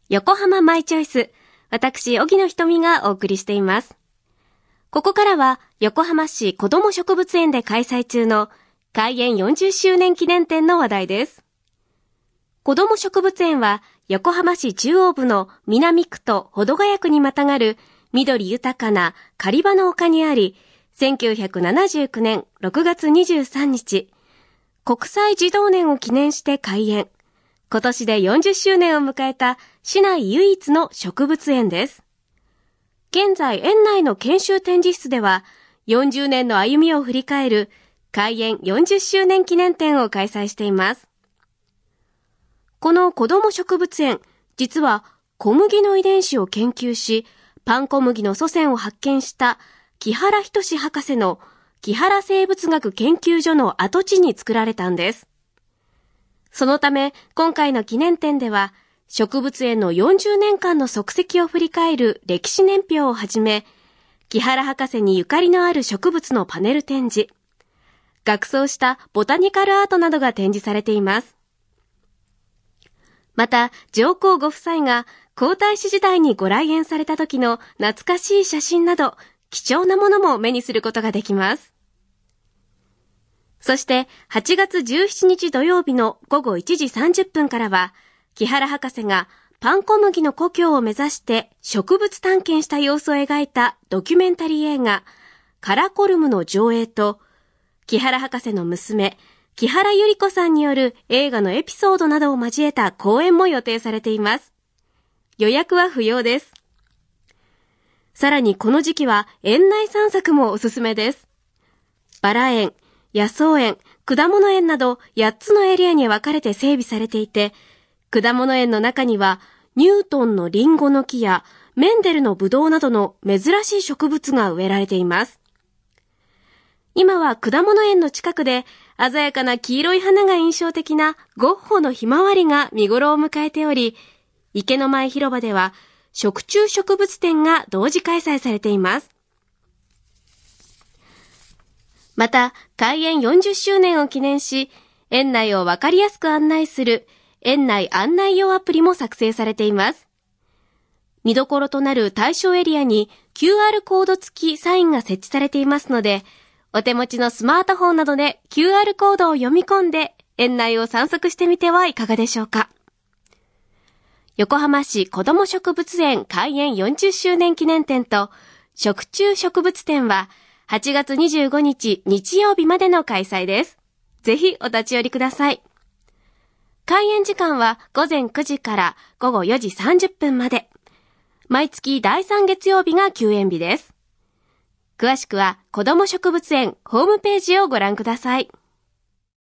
横浜マイチョイス。私、荻野ひとみがお送りしています。ここからは、横浜市子ども植物園で開催中の開園40周年記念展の話題です。子ども植物園は、横浜市中央部の南区と保土ヶ谷区にまたがる緑豊かな狩場の丘にあり、1979年6月23日、国際児童年を記念して開園。今年で40周年を迎えた市内唯一の植物園です。現在、園内の研修展示室では、40年の歩みを振り返る開園40周年記念展を開催しています。この子ども植物園、実は小麦の遺伝子を研究し、パン小麦の祖先を発見した木原仁博士の木原生物学研究所の跡地に作られたんです。そのため、今回の記念展では、植物園の40年間の足跡を振り返る歴史年表をはじめ、木原博士にゆかりのある植物のパネル展示、額装したボタニカルアートなどが展示されています。また、上皇ご夫妻が皇太子時代にご来園された時の懐かしい写真など、貴重なものも目にすることができます。そして、8月17日土曜日の午後1時30分からは、木原博士がパン小麦の故郷を目指して植物探検した様子を描いたドキュメンタリー映画、カラコルムの上映と、木原博士の娘、木原百合子さんによる映画のエピソードなどを交えた講演も予定されています。予約は不要です。さらにこの時期は園内散策もおすすめです。バラ園、野草園、果物園など8つのエリアに分かれて整備されていて、果物園の中にはニュートンのリンゴの木やメンデルのブドウなどの珍しい植物が植えられています。今は果物園の近くで鮮やかな黄色い花が印象的なゴッホのひまわりが見頃を迎えており、池の前広場では食虫植物展が同時開催されています。また、開園40周年を記念し、園内をわかりやすく案内する園内案内用アプリも作成されています。見どころとなる対象エリアに QR コード付きサインが設置されていますので、お手持ちのスマートフォンなどで QR コードを読み込んで園内を散策してみてはいかがでしょうか。横浜市子ども植物園開園40周年記念展と食虫植物展は8月25日日曜日までの開催です。ぜひお立ち寄りください。開園時間は午前9時から午後4時30分まで。毎月第3月曜日が休園日です。詳しくは子ども植物園ホームページをご覧ください。